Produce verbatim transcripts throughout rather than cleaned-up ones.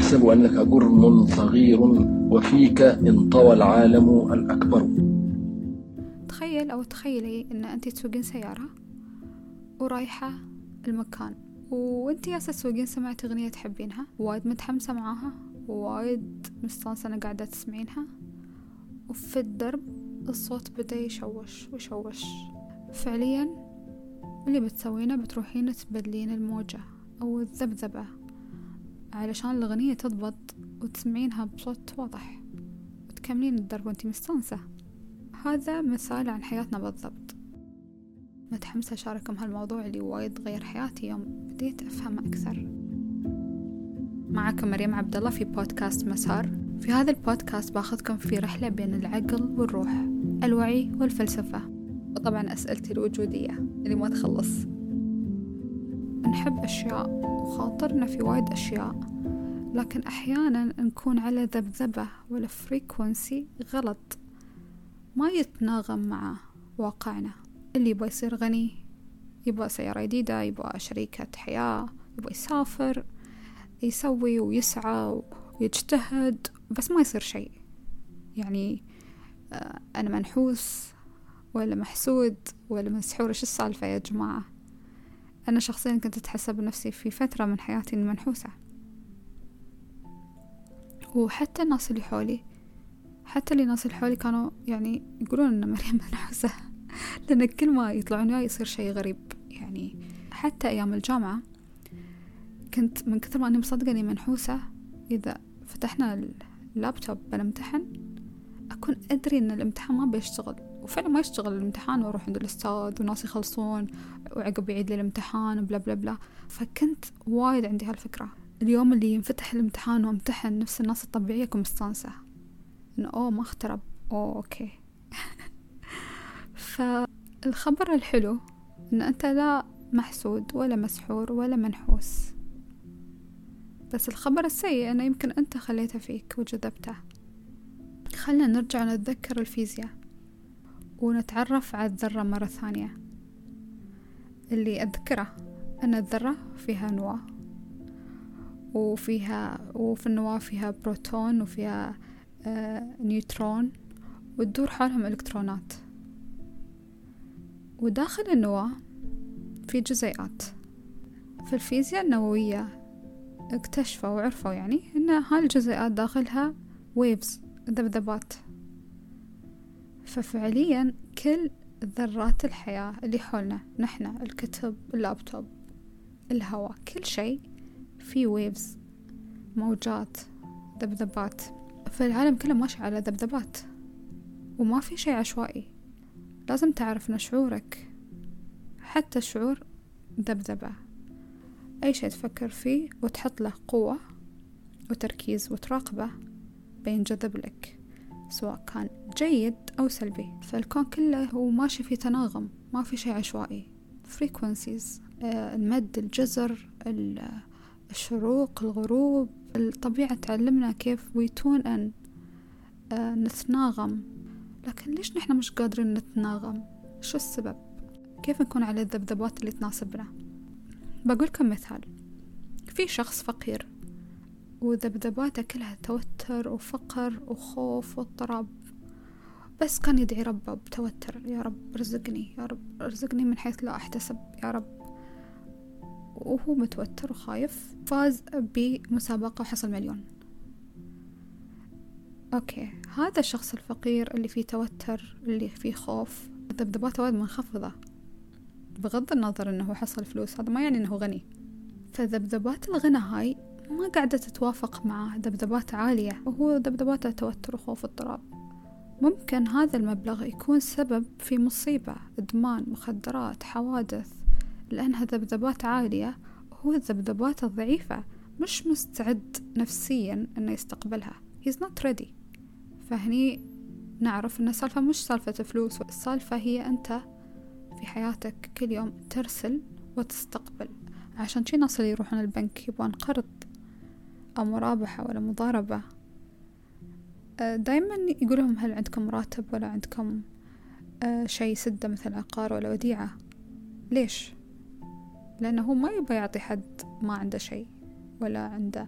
تحسب أنك جرم صغير وفيك انطوى العالم الأكبر. تخيل أو تخيلي أن أنت تسوقين سيارة ورايحة المكان، وأنت يا تسوقين سمعت أغنية تحبينها وايد متحمسة معاها وايد مستانسة أنا قاعدة تسمعينها، وفي الدرب الصوت بدأ يشوش ويشوش. فعليا اللي بتسوينه بتروحين تبدلين الموجة أو الذبذبة علشان الأغنية تضبط وتسمعينها بصوت واضح وتكملين الدرب وانتي مستانسة. هذا مثال عن حياتنا بالضبط. متحمسة أشارككم هالموضوع اللي وايد غير حياتي يوم بديت أفهم أكثر. معكم مريم عبد الله في بودكاست مسار. في هذا البودكاست باخذكم في رحلة بين العقل والروح، الوعي والفلسفة، وطبعا أسئلتي الوجودية اللي ما تخلص. نحب أشياء وخاطرنا في وايد أشياء، لكن أحيانا نكون على ذبذبة ولا فريكونسي غلط ما يتناغم مع واقعنا. اللي يبغى يصير غني، يبغى سيارة جديدة، يبغى شريكة حياة، يبغى يسافر، يسوي ويسعى ويجتهد، بس ما يصير شيء. يعني آه أنا منحوس ولا محسود ولا مسحور؟ إيش السالفة يا جماعة؟ أنا شخصيا كنت أتحسب نفسي في فترة من حياتي منحوسة، وحتى الناس اللي حولي حتى اللي الناس اللي حولي كانوا يعني يقولون أن مريم منحوسة لأن كل ما يطلعون وياي يصير شيء غريب. يعني حتى أيام الجامعة كنت من كثر ما أني مصدقة أني منحوسة، إذا فتحنا اللابتوب بنمتحن أكون أدري أن الامتحان ما بيشتغل، وفعلا ما يشتغل الامتحان، وأروح عند الأستاذ والناس يخلصون وعقب يعيد لي الامتحان بلا بلا بلا. فكنت وايد عندي هالفكرة. اليوم اللي ينفتح الامتحان وامتحن نفس الناس الطبيعية كنت مستانسة إنه أوه ما اخترب، أوه أوكي. فالخبر الحلو إن أنت لا محسود ولا مسحور ولا منحوس، بس الخبر السيء أنه يمكن أنت خليته فيك وجذبته. خلنا نرجع نتذكر الفيزياء ونتعرف على الذرة مرة ثانية. اللي أذكره أن الذرة فيها نواة، وفيها وفي النواة فيها بروتون وفيها آه نيوترون، وتدور حولهم إلكترونات، وداخل النواة في جزيئات. في الفيزياء النووية اكتشفوا وعرفوا يعني أن هالجزيئات داخلها ويفز، ذبذبات. ففعليا كل ذرات الحياة اللي حولنا، نحن، الكتب، اللابتوب، الهواء، كل شيء فيه ويفز، موجات، ذبذبات. فالعالم كله ماشي على ذبذبات، وما في شيء عشوائي. لازم تعرف أن شعورك، حتى الشعور، ذبذبة. أي شيء تفكر فيه وتحط له قوة وتركيز وتراقبه بينجذب لك، سواء كان جيد أو سلبي. فالكون كله هو ماشي في تناغم، ما في شيء عشوائي. frequencies، المد، الجزر، الشروق، الغروب. الطبيعة تعلمنا كيف ويتون أن نتناغم، لكن ليش نحن مش قادرين نتناغم؟ شو السبب؟ كيف نكون على الذبذبات اللي تناسبنا؟ بقولكم مثال. في شخص فقير وذبذباته كلها توتر وفقر وخوف واضطراب، بس كان يدعي ربه بتوتر: يا رب ارزقني، يا رب ارزقني من حيث لا أحتسب، يا رب. وهو متوتر وخايف فاز بمسابقة وحصل مليون. أوكي، هذا الشخص الفقير اللي فيه توتر، اللي فيه خوف، ذبذباته وايد منخفضة، بغض النظر أنه حصل فلوس، هذا ما يعني أنه غني. فذبذبات الغنى هاي ما قاعدة تتوافق مع ذبذبات عالية، وهو ذبذباته توتر وخوف واضطراب. ممكن هذا المبلغ يكون سبب في مصيبة، إدمان، مخدرات، حوادث، لأنها ذبذبات عالية وهو الذبذبات الضعيفة مش مستعد نفسيا أنه يستقبلها. he's not ready. فهني نعرف أن السالفة مش سالفة فلوس، السالفة هي أنت في حياتك كل يوم ترسل وتستقبل. عشان شي ناس اللي يروحون البنك يبغون قرض أو مرابحة ولا مضاربة دايما يقولهم: هل عندكم راتب ولا عندكم شيء سدة مثل عقار ولا وديعة؟ ليش؟ لأنه هو ما يبغى يعطي حد ما عنده شيء ولا عنده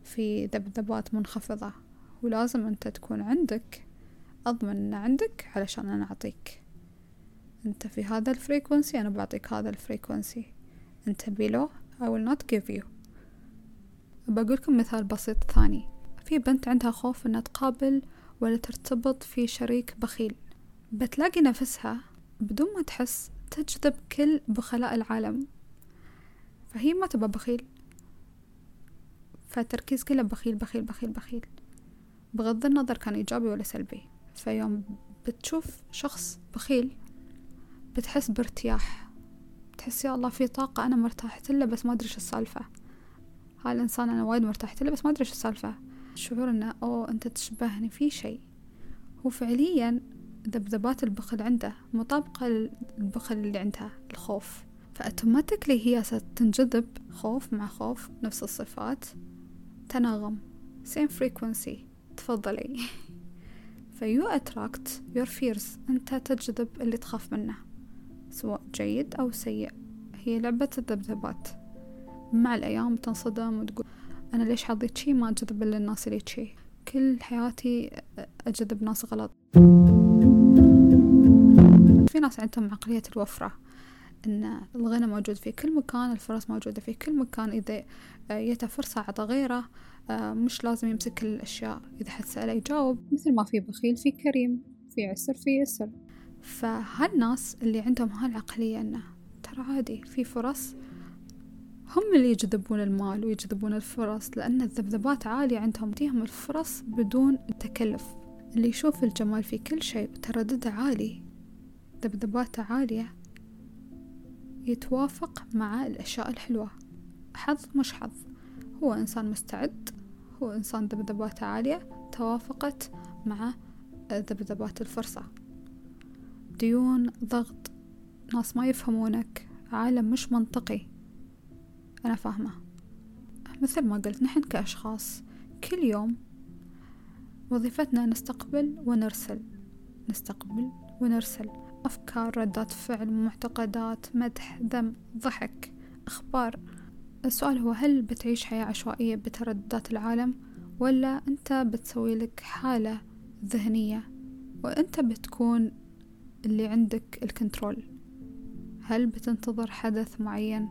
في ذبذبات منخفضة، ولازم أنت تكون عندك، أضمن أن عندك علشان أنا أعطيك. أنت في هذا الفريكونسي، أنا بعطيك هذا الفريكونسي. أنت below I will not give you. بقولكم مثال بسيط ثاني. في بنت عندها خوف أنها تقابل ولا ترتبط في شريك بخيل، بتلاقي نفسها بدون ما تحس تجذب كل بخلاء العالم، فهي ما تبى بخيل، فالتركيز كله بخيل بخيل بخيل بخيل، بغض النظر كان إيجابي ولا سلبي. فيوم بتشوف شخص بخيل بتحس بارتياح، بتحس يا الله في طاقة أنا مرتاحت له بس ما أدري شو السالفة، هالإنسان أنا وايد مرتاحت له بس ما أدري شو السالفة. شعور إنه أوه أنت تشبهني في شيء. هو فعليا ذبذبات البخل عنده مطابقة للبخل اللي عندها الخوف، فأوتوماتيكلي هي ستنجذب. خوف مع خوف نفس الصفات، تناغم same frequency. تفضلي. ف you attract your fears. أنت تجذب اللي تخاف منه سواء جيد أو سيء. هي لعبة الذبذبات. مع الأيام تنصدم وتقول أنا ليش حظيت شي ما أجذب إلا الناس اللي شي، كل حياتي أجذب ناس غلط. في ناس عندهم عقلية الوفرة، إن الغنى موجود في كل مكان، الفرص موجودة في كل مكان، إذا يتا فرصة عطى غيره، مش لازم يمسك الأشياء، إذا حد سأله يجاوب. مثل ما في بخيل في كريم، في عسر في يسر. فهالناس اللي عندهم هالعقلية إنه ترى عادي في فرص، هم اللي يجذبون المال ويجذبون الفرص، لأن الذبذبات عالية عندهم، تيهم الفرص بدون تكلف. اللي يشوف الجمال في كل شيء وتردده عالي، ذبذباته عالية، يتوافق مع الأشياء الحلوة. حظ مش حظ، هو إنسان مستعد، هو إنسان ذبذباته عالية توافقت مع ذبذبات الفرصة. ديون، ضغط، ناس ما يفهمونك، عالم مش منطقي. أنا فاهمة. مثل ما قلت، نحن كأشخاص كل يوم وظيفتنا نستقبل ونرسل، نستقبل ونرسل أفكار، ردات فعل، معتقدات، مدح، ذم، ضحك، أخبار. السؤال هو هل بتعيش حياة عشوائية بترددات العالم، ولا أنت بتسوي لك حالة ذهنية وأنت بتكون اللي عندك الكنترول؟ هل بتنتظر حدث معين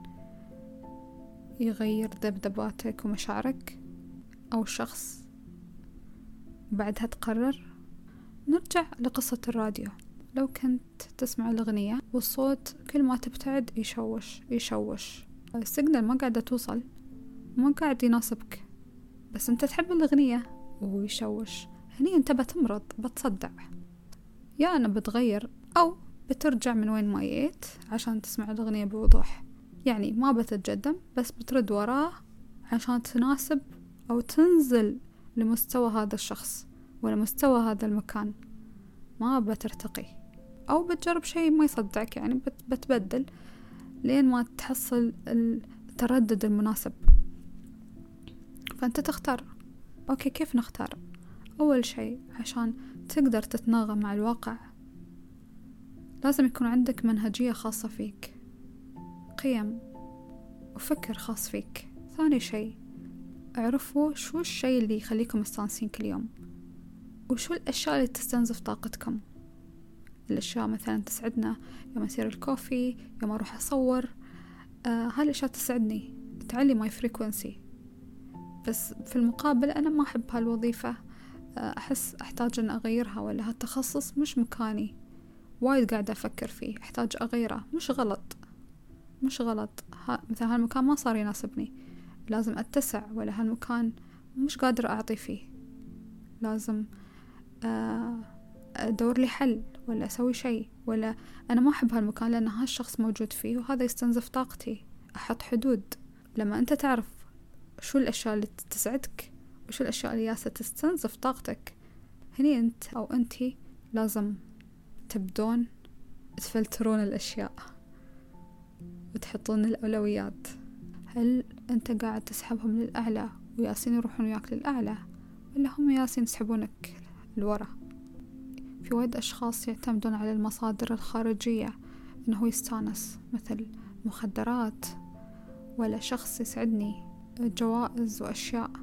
يغير ذبذباتك ومشاعرك، أو شخص بعدها تقرر؟ نرجع لقصة الراديو. لو كنت تسمع الأغنية والصوت كل ما تبتعد يشوش يشوش، السيجنال ما قاعدة توصل، ما قاعد يناسبك، بس أنت تحب الأغنية وهو يشوش، هني أنت بتمرض، بتصدع. يا أنا بتغير أو بترجع من وين ما جيت عشان تسمع الأغنية بوضوح. يعني ما بتتقدم، بس بترد وراه عشان تناسب أو تنزل لمستوى هذا الشخص ولا مستوى هذا المكان، ما بترتقي. أو بتجرب شيء ما يصدعك، يعني بتبدل لين ما تحصل التردد المناسب. فأنت تختار. أوكي، كيف نختار؟ أول شيء عشان تقدر تتناغم مع الواقع لازم يكون عندك منهجية خاصة فيك، قيم وفكر خاص فيك. ثاني شيء، اعرفوا شو الشيء اللي يخليكم مستانسين كل يوم، وشو الأشياء اللي تستنزف طاقتكم. الأشياء مثلا تسعدنا يوم أسير الكوفي، يوم أروح أصور، آه هالأشياء تسعدني، تعلي ماي فريكونسي. بس في المقابل أنا ما أحب هالوظيفة، آه أحس أحتاج أن أغيرها، ولا هالتخصص مش مكاني، وايد قاعدة أفكر فيه، أحتاج أغيره. مش غلط، مش غلط، ها مثلا هالمكان ما صار يناسبني، لازم أتسع، ولا هالمكان مش قادرة أعطي فيه، لازم آه أدور لي حل، ولا أسوي شيء، ولا أنا ما أحب هالمكان لأن هالشخص موجود فيه وهذا يستنزف طاقتي. أحط حدود. لما أنت تعرف شو الأشياء اللي تسعدك وشو الأشياء اللي ياسة تستنزف طاقتك، هني أنت أو أنتي لازم تبدون تفلترون الأشياء وتحطون الأولويات. هل أنت قاعد تسحبهم للأعلى وياسين يروحون وياك للأعلى، ولا هم ياسين يسحبونك لورا؟ في وايد أشخاص يعتمدون على المصادر الخارجية إنه يستانس، مثل مخدرات، ولا شخص يسعدني، جوائز وأشياء.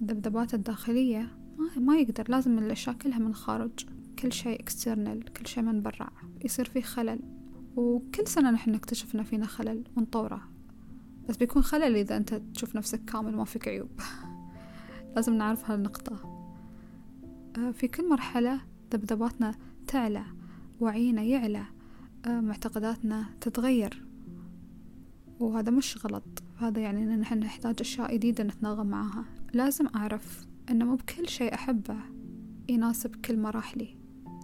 الذبذبات الداخلية ما, ما يقدر، لازم الأشياء كلها من خارج، كل شيء external، كل شيء من برا، يصير فيه خلل. وكل سنة نحن نكتشف إن فينا خلل ونطوره، بس بيكون خلل إذا أنت تشوف نفسك كامل ما فيك عيوب. لازم نعرف هالنقطة. في كل مرحلة ذبذباتنا تعلى، وعينا يعلى، معتقداتنا تتغير، وهذا مش غلط. هذا يعني إن نحن نحتاج أشياء جديدة نتناغم معها. لازم أعرف إنه مو بكل شيء أحبه يناسب كل مراحلي،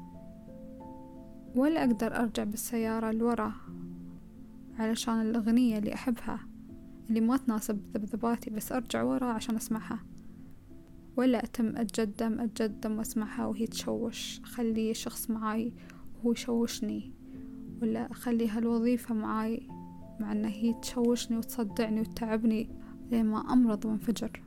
ولا أقدر أرجع بالسيارة لورا علشان الأغنية اللي أحبها اللي ما تناسب ذبذباتي بس أرجع ورا عشان أسمعها، ولا أتم أتجدم أتجدم وأسمعها وهي تشوش، أخلي شخص معاي وهو يشوشني، ولا أخلي هالوظيفة معاي مع أنها هي تشوشني وتصدعني وتتعبني لما أمرض وانفجر.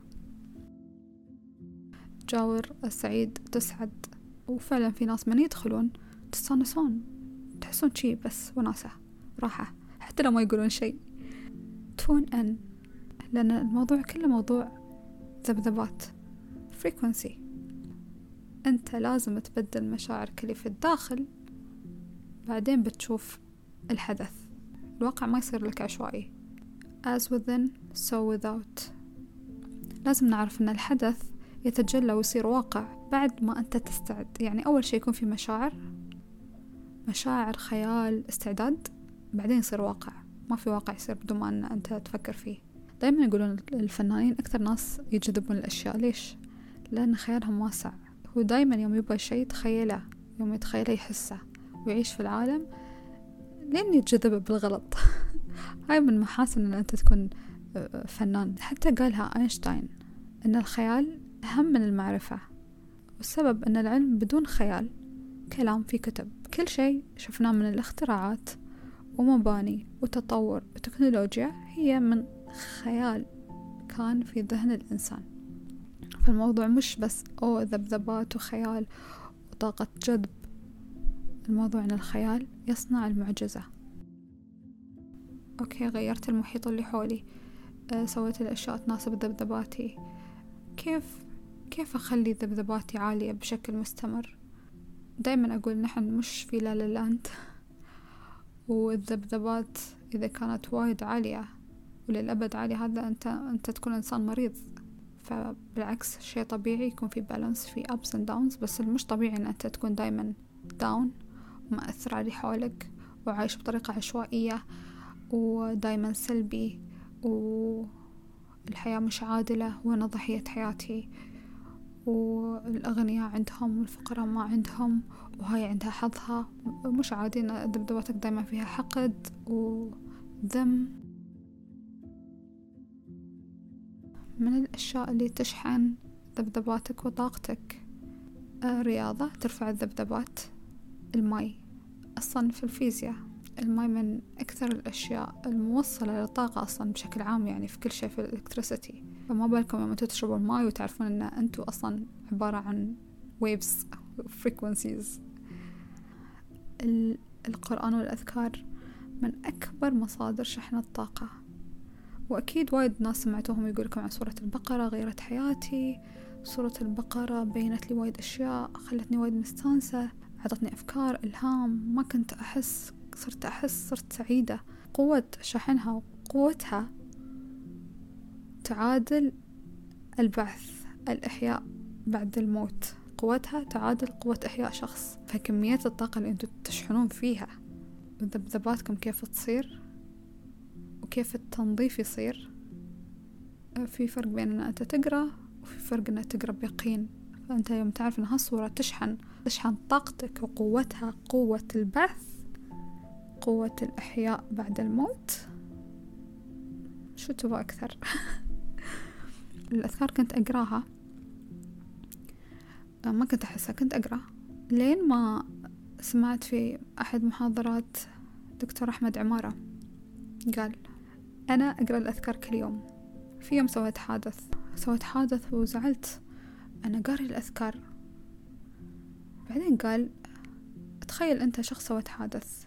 جاور السعيد تسعد، وفعلا في ناس من يدخلون تستانسون، تحسون شي بس وناسة راحة حتى لو ما يقولون شيء. تون ان، لأن الموضوع كله موضوع ذبذبات frequency. أنت لازم تبدل مشاعرك اللي في الداخل، بعدين بتشوف الحدث. الواقع ما يصير لك عشوائي. as within so without. لازم نعرف أن الحدث يتجلى ويصير واقع بعد ما أنت تستعد. يعني أول شيء يكون في مشاعر مشاعر خيال استعداد، بعدين يصير واقع. ما في واقع يصير بدون ما أن أنت تفكر فيه. دايما يقولون الفنانين أكثر ناس يجذبون الأشياء. ليش؟ لأن خيالهم واسع. هو دايما يوم يبغى شيء يتخيله، يوم يتخيله يحسه ويعيش في العالم، لين يتجذب بالغلط. هاي من محاسن أن أنت تكون فنان. حتى قالها أينشتاين أن الخيال أهم من المعرفة، والسبب أن العلم بدون خيال كلام في كتب. كل شيء شفناه من الاختراعات ومباني وتطور وتكنولوجيا هي من خيال كان في ذهن الإنسان. فالموضوع مش بس أو ذبذبات وخيال وطاقة جذب، الموضوع أن الخيال يصنع المعجزة. أوكي، غيرت المحيط اللي حولي، أه سويت الأشياء تناسب ذبذباتي. كيف كيف أخلي ذبذباتي عالية بشكل مستمر؟ دايما أقول نحن مش في لا لا لاند، والذبذبات إذا كانت وايد عالية وللأبد عالية، هذا أنت أنت تكون إنسان مريض. فبالعكس شيء طبيعي يكون في بالانس، في ups and downs، بس المش طبيعي أن أنت تكون دايما down ومأثر على حولك وعايش بطريقة عشوائية ودايما سلبي والحياة مش عادلة وأنا ضحية حياتي والأغنياء عندهم والفقراء ما عندهم وهاي عندها حظها. مش عادي أن ذبذباتك دايما فيها حقد وذم. من الأشياء اللي تشحن ذبذباتك وطاقتك الرياضة، ترفع الذبذبات. الماء أصلا في الفيزياء الماء من أكثر الأشياء الموصلة للطاقة أصلا بشكل عام، يعني في كل شيء في الإلكتريسيتي. فما بالكم لما تشربوا الماء وتعرفون أن أنتوا أصلا عبارة عن waves frequencies. القرآن والأذكار من أكبر مصادر شحن الطاقة، وأكيد وايد ناس سمعتوهم يقولكم عن سورة البقرة غيرت حياتي، سورة البقرة بينت لي وايد أشياء، خلتني وايد مستانسة، عطتني أفكار، إلهام، ما كنت أحس، صرت أحس، صرت سعيدة. قوة شحنها وقوتها تعادل البعث، الإحياء بعد الموت. قوتها تعادل قوة إحياء شخص. فكمية الطاقة اللي أنتوا تشحنون فيها ذبذباتكم كيف تصير وكيف التنظيف يصير. في فرق بين أن أنت تقرأ وفي فرق أن تقرأ بيقين. فأنت يوم تعرف أن هالصورة تشحن تشحن طاقتك وقوتها قوة البعث، قوة الإحياء بعد الموت، شو تبغى أكثر؟ الأذكار كنت أقراها، ما كنت أحسها، كنت أقرأ لين ما سمعت في أحد محاضرات دكتور أحمد عمارة قال أنا أقرأ الأذكار كل يوم. في يوم سويت حادث سويت حادث وزعلت، أنا قاري الأذكار. بعدين قال تخيل أنت شخص سويت حادث،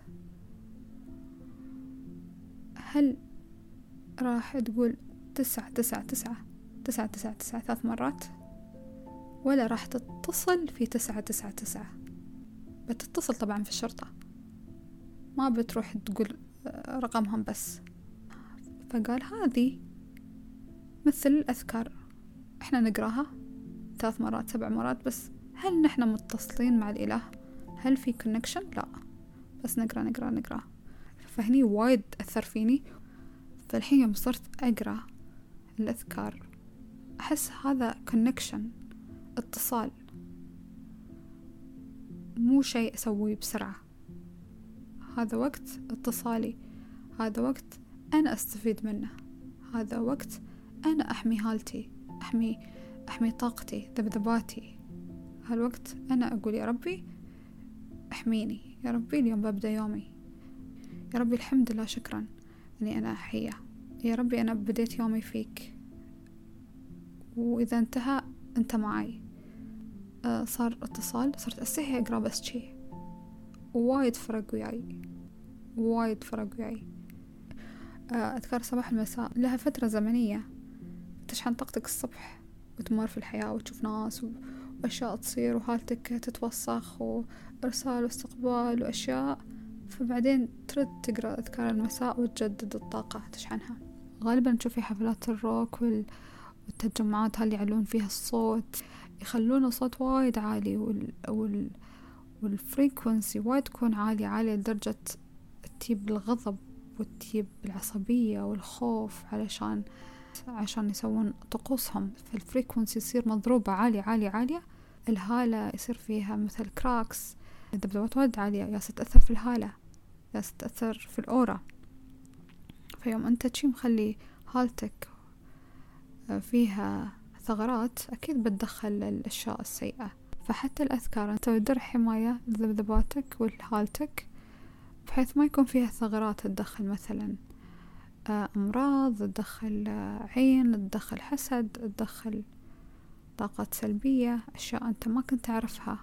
هل راح تقول تسعة تسعة تسعة تسعة تسعة تسعة ثلاث مرات، ولا راح تتصل في تسعة تسعة تسعة. بتتصل طبعا في الشرطة، ما بتروح تقول رقمهم بس. فقال هذه مثل الأذكار، احنا نقراها ثلاث مرات سبع مرات بس، هل نحن متصلين مع الإله؟ هل في كونكشن؟ لا، بس نقرأ نقرأ نقرأ. فهني وايد أثر فيني. فالحين يوم صرت أقرأ الأذكار أحس هذا كونكشن، اتصال، مو شيء أسويه بسرعة. هذا وقت اتصالي، هذا وقت أنا أستفيد منه، هذا وقت أنا أحمي حالتي، أحمي أحمي طاقتي، ذبذباتي. هالوقت أنا أقول يا ربي احميني، يا ربي اليوم ببدأ يومي، يا ربي الحمد لله شكرا أني أنا حية، يا ربي أنا بديت يومي فيك، وإذا انتهى أنت معي. أه صار اتصال، صرت أستحي أقرأ بس شي، وايد فرق وياي، وايد فرق وياي. أه أذكار صباح المساء لها فترة زمنية تشحن طاقتك الصبح، وتمر في الحياة وتشوف ناس وأشياء تصير وحالتك تتوسخ وإرسال واستقبال وأشياء، فبعدين ترد تقرأ أذكار المساء وتجدد الطاقة تشحنها. غالبا تشوفي حفلات الروك والتجمعات اللي يعلون فيها الصوت، يخلون الصوت وايد عالي وال... وال... والفريكونسي وايد تكون عالية عالية لدرجة تجيب الغضب وتجيب العصبية والخوف، علشان عشان يسوون طقوسهم. فالفريكونسي يصير مضروبة عالية عالية عالية، الهالة يصير فيها مثل كراكس، الذبذبات وايد عالية، ياسة تأثر في الهالة، ياسة تأثر في الأورا. فيوم أنت تشي مخلي هالتك فيها ثغرات، أكيد بتدخل الأشياء السيئة. فحتى الأذكار أنت تدر حماية لذبذباتك والهالتك، بحيث ما يكون فيها ثغرات تدخل مثلا أمراض، تدخل عين، تدخل حسد، تدخل طاقات سلبية، أشياء أنت ما كنت تعرفها.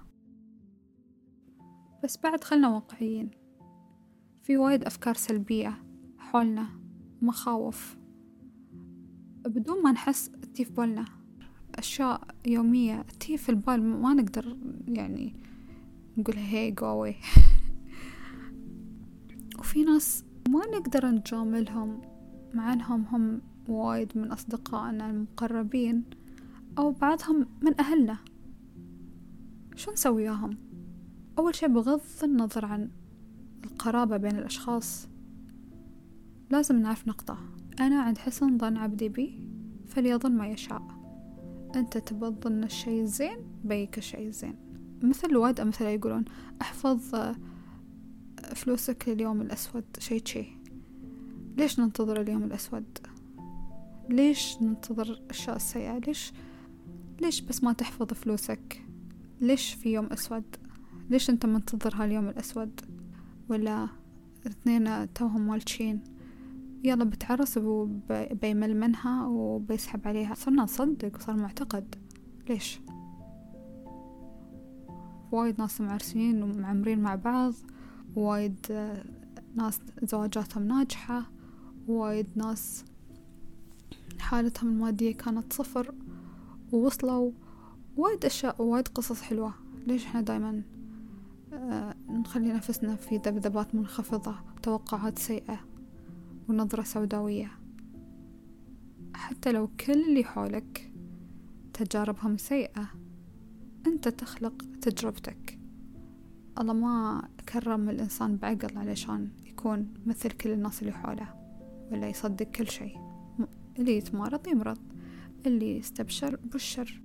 بس بعد خلنا واقعيين، في وايد أفكار سلبية حولنا، مخاوف بدون ما نحس تي في بالنا، أشياء يومية تي في البال ما نقدر يعني نقول هي go away. وفي ناس ما نقدر نجاملهم مع أنهم هم وايد من أصدقائنا المقربين، أو بعضهم من أهلنا. شو نسوي وياهم؟ أول شيء بغض النظر عن القرابة بين الأشخاص، لازم نعرف نقطة: أنا عند حسن ظن عبدي بي فليظن ما يشاء. أنت تبى تظن الشيء الزين بيك الشيء الزين. مثل وايد أمثلة يقولون احفظ فلوسك لليوم الأسود، شيء شيء. ليش ننتظر اليوم الأسود؟ ليش ننتظر الأشياء السيئة؟ ليش ليش بس ما تحفظ فلوسك؟ ليش في يوم أسود؟ ليش أنت منتظر هاليوم الأسود؟ ولا اثنين توهم مالشين يلا بتعرس وبيمل منها وبيسحب عليها، صرنا نصدق وصار معتقد. ليش؟ وايد ناس معرسين ومعمرين مع بعض، وايد ناس زواجاتهم ناجحة، وايد ناس حالتهم المادية كانت صفر ووصلوا، وايد أشياء وايد قصص حلوة. ليش احنا دايما آه نخلي نفسنا في ذبذبات منخفضة، توقعات سيئة ونظرة سوداوية؟ حتى لو كل اللي حولك تجاربهم سيئة، أنت تخلق تجربتك. الله ما كرم الإنسان بعقل علشان يكون مثل كل الناس اللي حوله، ولا يصدق كل شيء. اللي يتمرض يمرض، اللي يستبشر بشر.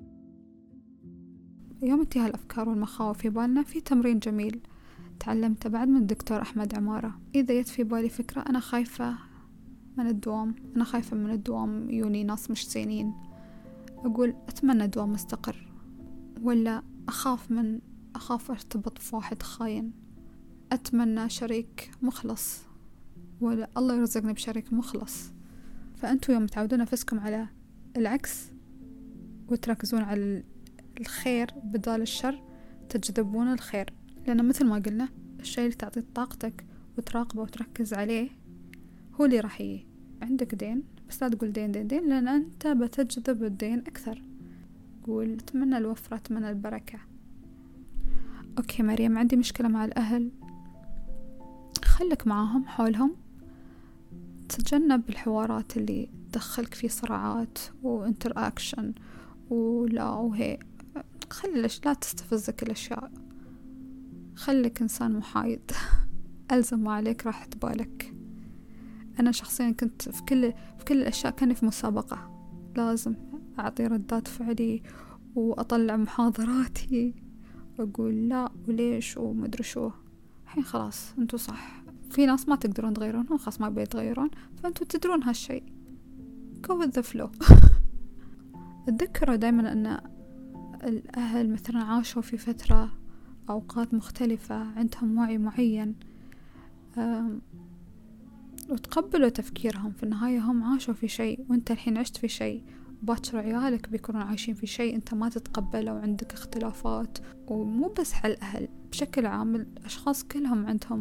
يوم تجي هالأفكار والمخاوف في بالنا، في تمرين جميل تعلمته بعد من الدكتور أحمد عمارة. إذا جت في بالي فكرة أنا خايفة من الدوام، أنا خايفة من الدوام يوني ناس مش زينين، أقول أتمنى دوام مستقر. ولا أخاف من أخاف أرتبط بواحد خاين، أتمنى شريك مخلص، ولا الله يرزقني بشريك مخلص. فأنتوا يوم تعودون نفسكم على العكس وتركزون على الخير بدال الشر، تجذبون الخير. لأن مثل ما قلنا، الشيء اللي تعطي طاقتك وتراقبه وتركز عليه هو اللي راح يجي. عندك دين بس لا تقول دين دين دين، لأن أنت بتجذب الدين أكثر. قول أتمنى الوفرة، أتمنى البركة. أوكي مريم، عندي مشكلة مع الأهل، خلك معاهم حولهم، تتجنب الحوارات اللي تدخلك في صراعات وانتر اكشن ولا وهي، خلي لا تستفزك الأشياء، خليك إنسان محايد. ألزم ما عليك راح تبالك. أنا شخصيا كنت في كل في كل الأشياء كاني في مسابقة، لازم أعطي ردات فعلي وأطلع محاضراتي وأقول لا وليش ومدري شو. الحين خلاص أنتو صح، في ناس ما تقدرون تغيرونهم، خلاص ما بيتغيرون، فأنتو تدرون هالشي. go with the flow. اتذكروا دايما أن الأهل مثلا عاشوا في فترة أوقات مختلفة، عندهم وعي معين، وتقبلوا تفكيرهم. في النهاية هم عاشوا في شيء وانت الحين عشت في شيء، باكر عيالك بيكونوا عايشين في شيء انت ما تتقبله وعندك اختلافات. ومو بس حل الأهل، بشكل عام الأشخاص كلهم عندهم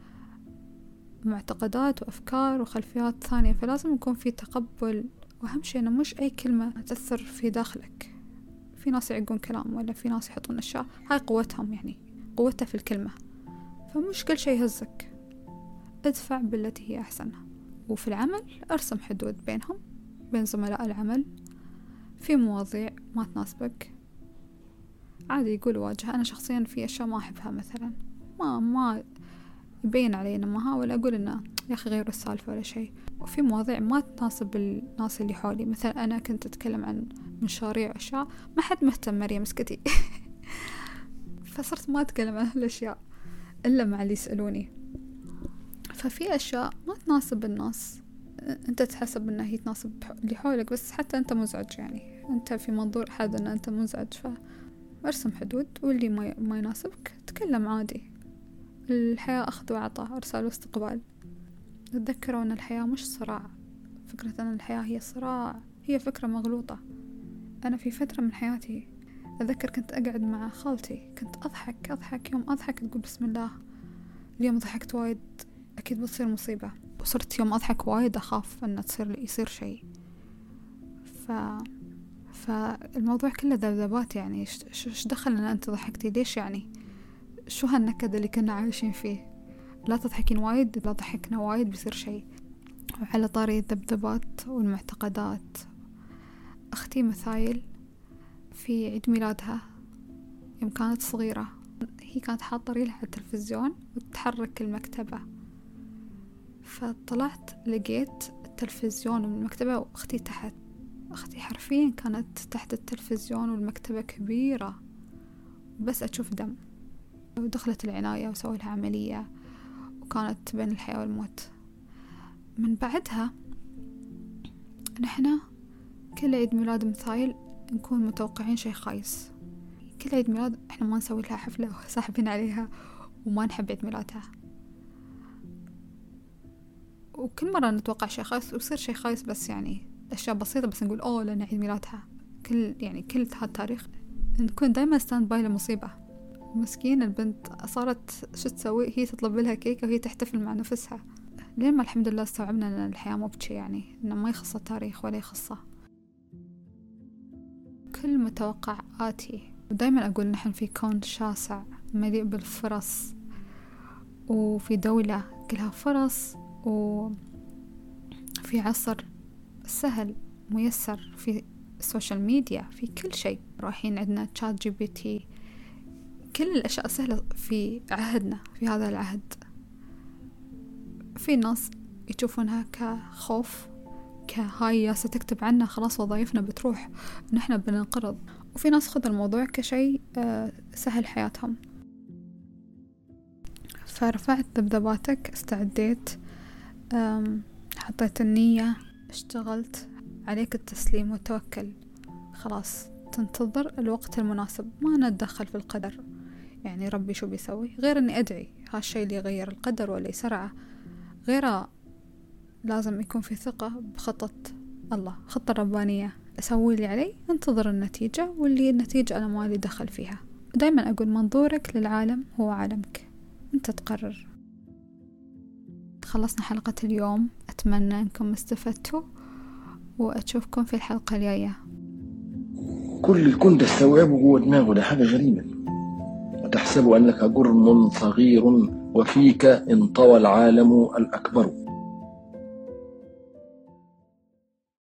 معتقدات وأفكار وخلفيات ثانية، فلازم يكون في تقبل. وأهم شيء أنه مش أي كلمة تأثر في داخلك. في ناس يعقون كلام، ولا في ناس يحطون أشياء، هاي قوتهم، يعني قوتها في الكلمة. فمش كل شيء يهزك، ادفع بالتي هي أحسن. وفي العمل ارسم حدود بينهم، بين زملاء العمل. في مواضيع ما تناسبك عادي يقول واجه. أنا شخصيا في أشياء ما أحبها مثلا، ما ما يبين علي إنما ولا أقول إنه يا أخي غير السالفة ولا شيء. وفي مواضيع ما تناسب الناس اللي حولي، مثلا أنا كنت أتكلم عن مشاريع أشياء ما حد مهتم، مريم اسكتي. فصرت ما أتكلم عن هالأشياء إلا مع اللي يسألوني. ففي أشياء ما تناسب الناس، أنت تحسب أنها هي تناسب اللي حولك، بس حتى أنت مزعج، يعني أنت في منظور حد أن أنت مزعج. فأرسم حدود، واللي ما ما يناسبك تكلم عادي. الحياة أخذ وعطاء، إرسال واستقبال. تذكروا أن الحياة مش صراع. فكرة أن الحياة هي صراع هي فكرة مغلوطة. أنا في فترة من حياتي أذكر كنت أقعد مع خالتي، كنت أضحك أضحك يوم أضحك تقول بسم الله. اليوم ضحكت وايد أكيد بتصير مصيبة، وصرت يوم أضحك وايد أخاف أن تصير يصير شيء. ف فالموضوع كله ذبذبات، يعني إيش دخل أن أنت ضحكتي ليش؟ يعني شو هالنكد اللي كنا عايشين فيه؟ لا تضحكين وايد، لا ضحكنا وايد بيصير شيء. وعلى طاري الذبذبات والمعتقدات، أختي مثايل في عيد ميلادها يوم كانت صغيرة، هي كانت حاطة ريلها على التلفزيون وتتحرك المكتبة، فطلعت لقيت التلفزيون من المكتبة وأختي تحت. أختي حرفيا كانت تحت التلفزيون والمكتبة كبيرة، بس أشوف دم. ودخلت العناية وسووا لها عملية، وكانت بين الحياة والموت. من بعدها نحنا كل عيد ميلاد مثايل نكون متوقعين شيء خايس. كل عيد ميلاد احنا ما نسوي لها حفلة وساحبين عليها وما نحب عيد ميلادها، وكل مرة نتوقع شيء خايس ويصير شيء خايس، بس يعني أشياء بسيطة بس نقول أوه لأن عيد ميلادها. كل يعني كل هالتاريخ نكون دايما ستاند باي لمصيبة. مسكين البنت صارت شو تسوي، هي تطلب لها كيكة وهي تحتفل مع نفسها. لين ما الحمد لله استوعبنا أن الحياة مو بشي، يعني إنه ما يخص التاريخ ولا يخصه. كل متوقعاتي، ودايما أقول نحن في كون شاسع مليء بالفرص، وفي دولة كلها فرص، وفي عصر سهل ميسر، في السوشيال ميديا، في كل شيء. رايحين عندنا تشات جي بي تي، كل الأشياء سهلة في عهدنا، في هذا العهد. في ناس يشوفونها كخوف، كهاي يا ستكتب عنا خلاص وظائفنا بتروح نحن بننقرض. وفي ناس خذ الموضوع كشيء سهل حياتهم. فرفعت ذبذباتك، استعديت، حطيت النية، اشتغلت، عليك التسليم والتوكل. خلاص تنتظر الوقت المناسب، ما نتدخل في القدر. يعني ربي شو بيسوي غير اني ادعي هالشيء اللي يغير القدر ولا يسرعه، غير لازم يكون في ثقة بخطة الله، خطة ربانية. أسوي اللي علي، انتظر النتيجة، واللي النتيجة أنا ما لي دخل فيها. دايما أقول منظورك للعالم هو عالمك، أنت تقرر. خلصنا حلقة اليوم، أتمنى أنكم استفدتوا، وأشوفكم في الحلقة الجاية. كل الكون تستوعبه جوه دماغه، ده حاجة غريبة. وتحسب أنك جرم صغير وفيك انطوى العالم الأكبر.